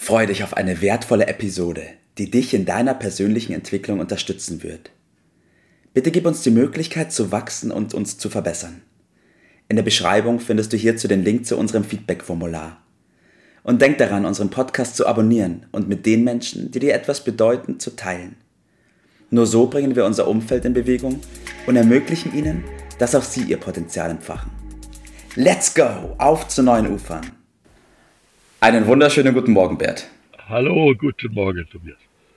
Freue dich auf eine wertvolle Episode, die dich in deiner persönlichen Entwicklung unterstützen wird. Bitte gib uns die Möglichkeit zu wachsen und uns zu verbessern. In der Beschreibung findest du hierzu den Link zu unserem Feedback-Formular. Und denk daran, unseren Podcast zu abonnieren und mit den Menschen, die dir etwas bedeuten, zu teilen. Nur so bringen wir unser Umfeld in Bewegung und ermöglichen ihnen, dass auch sie ihr Potenzial entfachen. Let's go! Auf zu neuen Ufern! Einen wunderschönen guten Morgen, Bert. Hallo, guten Morgen, Tobias.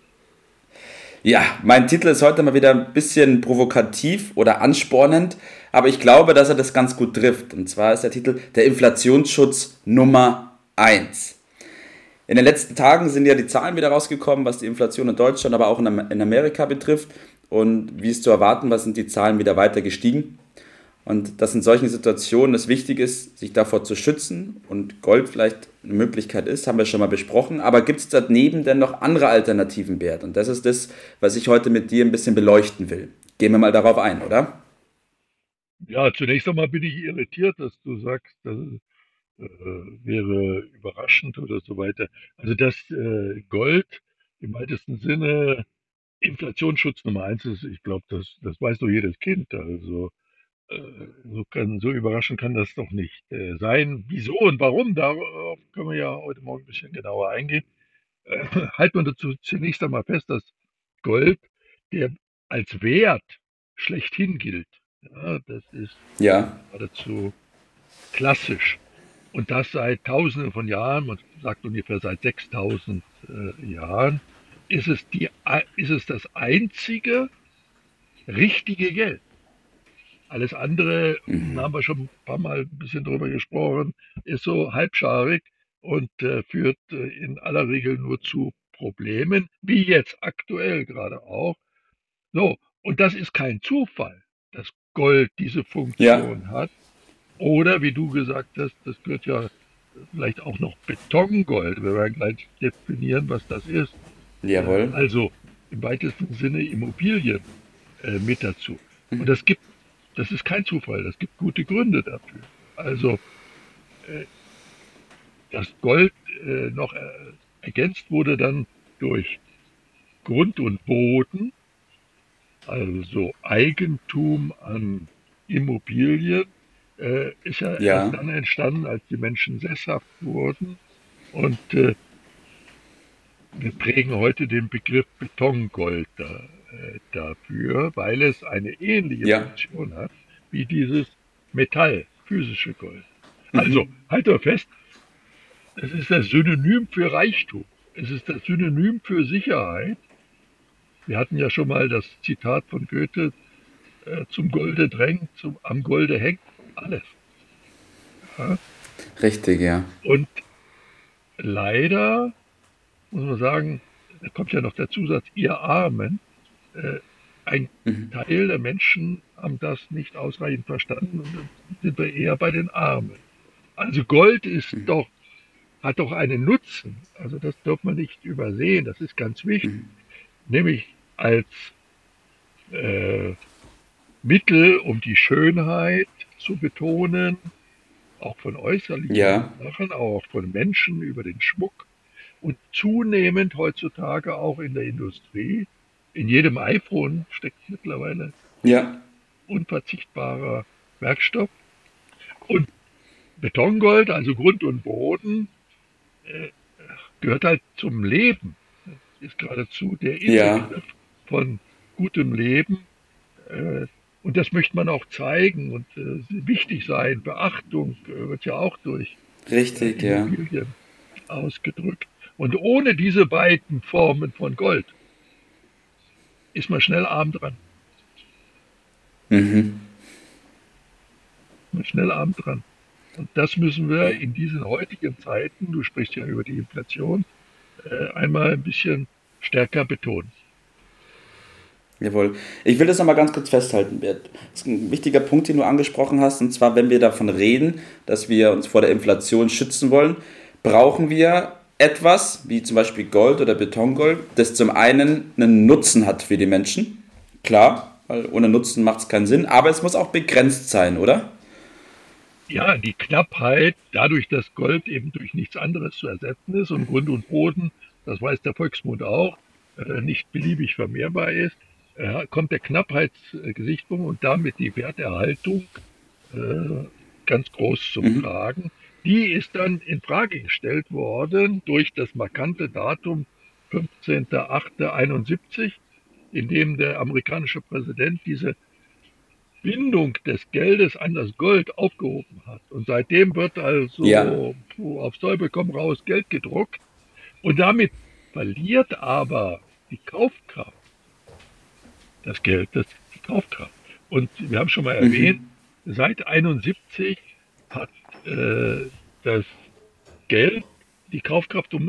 Ja, mein Titel ist heute mal wieder ein bisschen provokativ oder anspornend, aber ich glaube, dass er das ganz gut trifft. Und zwar ist der Titel der Inflationsschutz Nummer 1. In den letzten Tagen sind ja die Zahlen wieder rausgekommen, was die Inflation in Deutschland, aber auch in Amerika betrifft. Und wie es zu erwarten war, sind die Zahlen wieder weiter gestiegen. Und dass in solchen Situationen es wichtig ist, sich davor zu schützen und Gold vielleicht eine Möglichkeit ist, haben wir schon mal besprochen. Aber gibt es daneben denn noch andere Alternativen, Bert? Und das ist das, was ich heute mit dir ein bisschen beleuchten will. Gehen wir mal darauf ein, oder? Ja, zunächst einmal bin ich irritiert, dass du sagst, das wäre überraschend oder so weiter. Also dass Gold im weitesten Sinne Inflationsschutz Nummer eins ist, ich glaube, das weiß doch jedes Kind. Also äh, so überraschend kann das doch nicht sein. Wieso und warum? Darauf können wir ja heute Morgen ein bisschen genauer eingehen. Halten wir dazu zunächst einmal fest, dass Gold, der als Wert schlechthin gilt, ja, das ist Ja. geradezu klassisch. Und das seit Tausenden von Jahren, man sagt ungefähr seit 6000 Jahren, ist es das einzige richtige Geld. Alles andere, da haben wir schon ein paar Mal ein bisschen drüber gesprochen, ist so halbscharig und führt in aller Regel nur zu Problemen, wie jetzt aktuell gerade auch. So, und das ist kein Zufall, dass Gold diese Ja. Funktion hat. Oder wie du gesagt hast, das gehört ja vielleicht auch noch Betongold. Wir werden gleich definieren, was das ist. Jawohl. Also im weitesten Sinne Immobilien mit dazu. Und das ist kein Zufall, das gibt gute Gründe dafür. Also äh, das Gold noch ergänzt wurde dann durch Grund und Boden, also Eigentum an Immobilien, ist ja erst Ja. dann entstanden, als die Menschen sesshaft wurden. Und wir prägen heute den Begriff Betongold dafür, weil es eine ähnliche Ja. Funktion hat wie dieses Metall, physische Gold. Also, halt doch fest, es ist das Synonym für Reichtum. Es ist das Synonym für Sicherheit. Wir hatten ja schon mal das Zitat von Goethe, zum Golde drängt, am Golde hängt alles. Ja? Richtig, ja. Und leider muss man sagen, da kommt ja noch der Zusatz, ihr Armen, äh, ein Teil der Menschen haben das nicht ausreichend verstanden und dann sind wir eher bei den Armen. Also Gold hat doch einen Nutzen, also das darf man nicht übersehen, das ist ganz wichtig, nämlich als äh, Mittel, um die Schönheit zu betonen, auch von äußerlichen Ja. Sachen, auch von Menschen über den Schmuck und zunehmend heutzutage auch in der Industrie. In jedem iPhone steckt mittlerweile Ja. unverzichtbarer Werkstoff. Und Betongold, also Grund und Boden, äh, gehört halt zum Leben. Das ist geradezu der Ja. Inbegriff von gutem Leben. Äh, und das möchte man auch zeigen und wichtig sein. Beachtung wird ja auch durch Richtig, ja. Immobilien ausgedrückt. Und ohne diese beiden Formen von Gold ist man schnell arm dran. Man schnell arm dran. Und das müssen wir in diesen heutigen Zeiten, du sprichst ja über die Inflation, einmal ein bisschen stärker betonen. Jawohl. Ich will das nochmal ganz kurz festhalten, Bert. Das ist ein wichtiger Punkt, den du angesprochen hast. Und zwar, wenn wir davon reden, dass wir uns vor der Inflation schützen wollen, brauchen wir etwas, wie zum Beispiel Gold oder Betongold, das zum einen einen Nutzen hat für die Menschen. Klar, weil ohne Nutzen macht es keinen Sinn. Aber es muss auch begrenzt sein, oder? Ja, die Knappheit, dadurch, dass Gold eben durch nichts anderes zu ersetzen ist und Grund und Boden, das weiß der Volksmund auch, nicht beliebig vermehrbar ist, kommt der Knappheitsgesichtspunkt und damit die Werterhaltung äh, ganz groß zum Mhm. Tragen. Die ist dann in Frage gestellt worden durch das markante Datum 15.08.71, in dem der amerikanische Präsident diese Bindung des Geldes an das Gold aufgehoben hat. Und seitdem wird Ja. also auf Teufel komm raus Geld gedruckt. Und damit verliert aber die Kaufkraft, das Geld, die Kaufkraft. Und wir haben schon mal erwähnt, Mhm. seit 71 hat das Geld die Kaufkraft um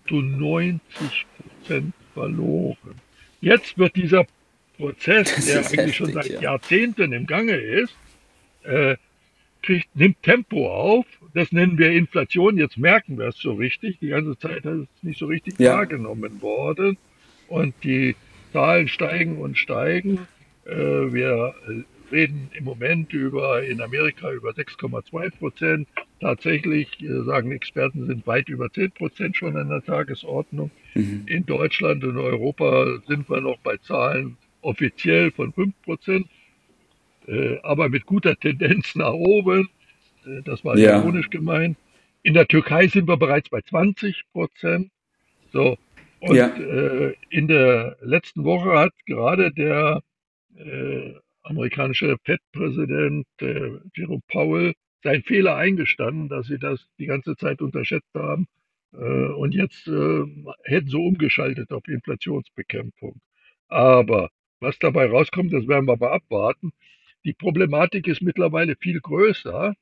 98% verloren. Jetzt wird dieser Prozess, Das der ist eigentlich schon heftig, seit ja. Jahrzehnten im Gange ist, äh, nimmt Tempo auf. Das nennen wir Inflation. Jetzt merken wir es so richtig. Die ganze Zeit ist es nicht so richtig Ja. wahrgenommen worden. Und die Zahlen steigen und steigen. Wir reden im Moment in Amerika über 6,2%. Tatsächlich sagen Experten, sind weit über 10% schon an der Tagesordnung. Mhm. In Deutschland und Europa sind wir noch bei Zahlen offiziell von 5%, aber mit guter Tendenz nach oben. Das war Ja. ironisch gemeint. In der Türkei sind wir bereits bei 20%. So. Und Ja. in der letzten Woche hat gerade der amerikanische Fed-Präsident Jerome Powell seinen Fehler eingestanden, dass sie das die ganze Zeit unterschätzt haben. Und jetzt hätten sie umgeschaltet auf Inflationsbekämpfung. Aber was dabei rauskommt, das werden wir mal abwarten. Die Problematik ist mittlerweile viel größer.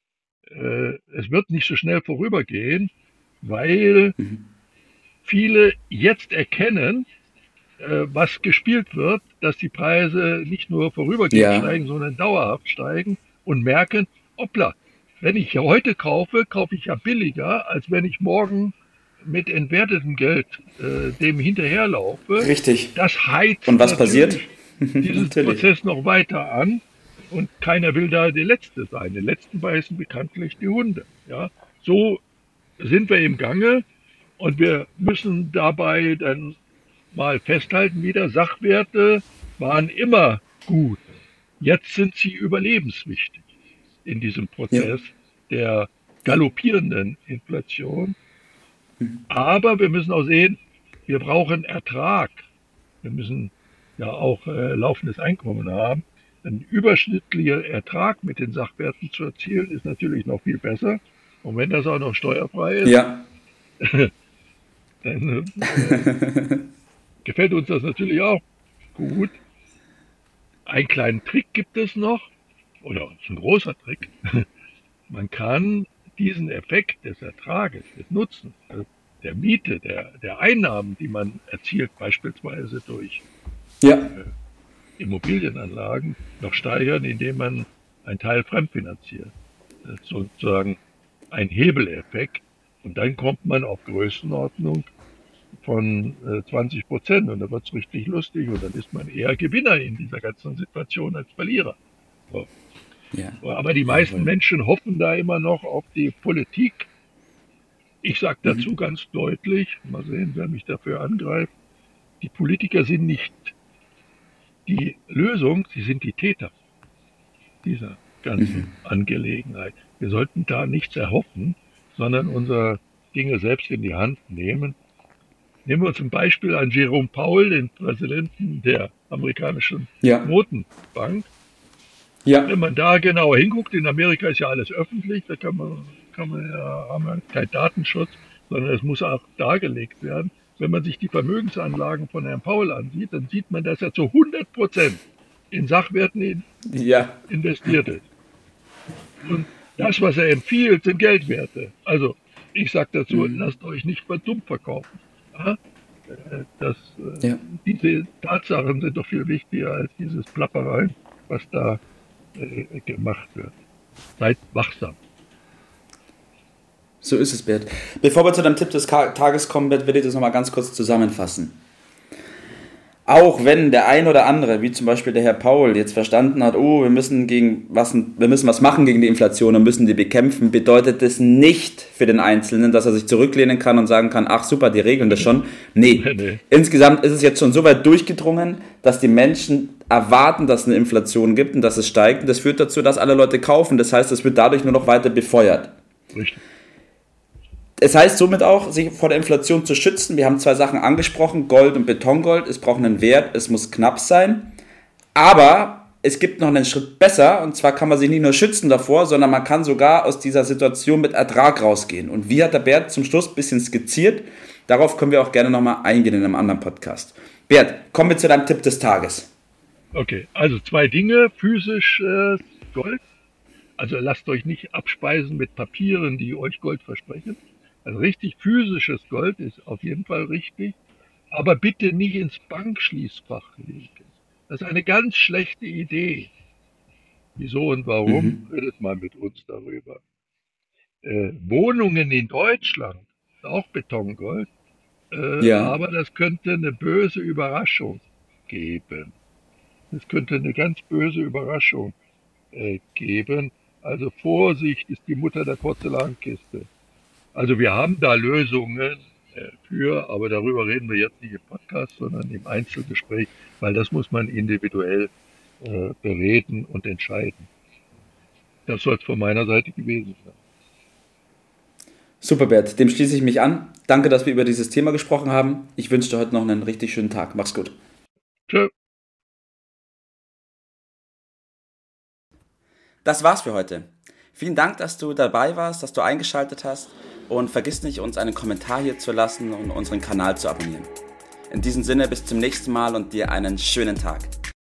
Es wird nicht so schnell vorübergehen, weil Mhm. viele jetzt erkennen, was gespielt wird, dass die Preise nicht nur vorübergehend Ja. steigen, sondern dauerhaft steigen und merken, hoppla, wenn ich heute kaufe, kaufe ich ja billiger, als wenn ich morgen mit entwertetem Geld dem hinterherlaufe. Richtig. Das Und heizt was passiert? natürlich dieses Natürlich. Prozess noch weiter an und keiner will da der Letzte sein. Den Letzten beißen bekanntlich die Hunde. Ja, so sind wir im Gange und wir müssen dabei dann mal festhalten wieder, Sachwerte waren immer gut. Jetzt sind sie überlebenswichtig in diesem Ja. Prozess der Ja. galoppierenden Inflation. Aber wir müssen auch sehen, wir brauchen Ertrag. Wir müssen ja auch laufendes Einkommen haben. Ein überschnittlicher Ertrag mit den Sachwerten zu erzielen, ist natürlich noch viel besser. Und wenn das auch noch steuerfrei ist, Ja. dann gefällt uns das natürlich auch gut. Einen kleinen Trick gibt es noch, oder ist ein großer Trick. Man kann diesen Effekt des Ertrages, des Nutzens, also der Miete, der Einnahmen, die man erzielt, beispielsweise durch Ja. Immobilienanlagen, noch steigern, indem man einen Teil fremdfinanziert. Das ist sozusagen ein Hebeleffekt. Und dann kommt man auf Größenordnung von 20%. Und da wird es richtig lustig. Und dann ist man eher Gewinner in dieser ganzen Situation als Verlierer. So. Ja. Aber die meisten Jawohl. Menschen hoffen da immer noch auf die Politik. Ich sage dazu Mhm. ganz deutlich, mal sehen, wer mich dafür angreift, die Politiker sind nicht die Lösung, sie sind die Täter dieser ganzen Angelegenheit. Wir sollten da nichts erhoffen, sondern unsere Dinge selbst in die Hand nehmen. Nehmen wir zum Beispiel an Jerome Powell, den Präsidenten der amerikanischen Ja. Notenbank. Ja. Wenn man da genauer hinguckt, in Amerika ist ja alles öffentlich, da kann man ja, haben wir keinen Datenschutz, sondern es muss auch dargelegt werden. Wenn man sich die Vermögensanlagen von Herrn Paul ansieht, dann sieht man, dass er zu 100% in Sachwerten Ja. investiert ist. Und das, was er empfiehlt, sind Geldwerte. Also, ich sage dazu, lasst euch nicht für dumm verkaufen. Ja? Das, Ja. diese Tatsachen sind doch viel wichtiger als dieses Plappereien, was da gemacht wird. Seid wachsam. So ist es, Bert. Bevor wir zu deinem Tipp des Tages kommen, Bert, will ich das nochmal ganz kurz zusammenfassen. Auch wenn der ein oder andere, wie zum Beispiel der Herr Paul, jetzt verstanden hat, oh, wir müssen was machen gegen die Inflation und müssen die bekämpfen, bedeutet das nicht für den Einzelnen, dass er sich zurücklehnen kann und sagen kann, ach super, die regeln das schon. Nee. Insgesamt ist es jetzt schon so weit durchgedrungen, dass die Menschen erwarten, dass es eine Inflation gibt und dass es steigt. Und das führt dazu, dass alle Leute kaufen. Das heißt, es wird dadurch nur noch weiter befeuert. Richtig. Es heißt somit auch, sich vor der Inflation zu schützen. Wir haben 2 Sachen angesprochen, Gold und Betongold. Es braucht einen Wert, es muss knapp sein. Aber es gibt noch einen Schritt besser. Und zwar kann man sich nicht nur schützen davor, sondern man kann sogar aus dieser Situation mit Ertrag rausgehen. Und wie hat der Bert zum Schluss ein bisschen skizziert? Darauf können wir auch gerne nochmal eingehen in einem anderen Podcast. Bert, kommen wir zu deinem Tipp des Tages. Okay, also 2 Dinge. Physisch Gold. Also lasst euch nicht abspeisen mit Papieren, die euch Gold versprechen. Also richtig physisches Gold ist auf jeden Fall richtig, aber bitte nicht ins Bankschließfach legen. Das ist eine ganz schlechte Idee. Wieso und warum? Redet mal mit uns darüber. Wohnungen in Deutschland, auch Betongold, aber das könnte eine böse Überraschung geben. Es könnte eine ganz böse Überraschung geben. Also Vorsicht ist die Mutter der Porzellankiste. Also wir haben da Lösungen für, aber darüber reden wir jetzt nicht im Podcast, sondern im Einzelgespräch, weil das muss man individuell bereden und entscheiden. Das soll es von meiner Seite gewesen sein. Super, Bert, dem schließe ich mich an. Danke, dass wir über dieses Thema gesprochen haben. Ich wünsche dir heute noch einen richtig schönen Tag. Mach's gut. Tschö. Das war's für heute. Vielen Dank, dass du dabei warst, dass du eingeschaltet hast und vergiss nicht, uns einen Kommentar hier zu lassen und unseren Kanal zu abonnieren. In diesem Sinne, bis zum nächsten Mal und dir einen schönen Tag.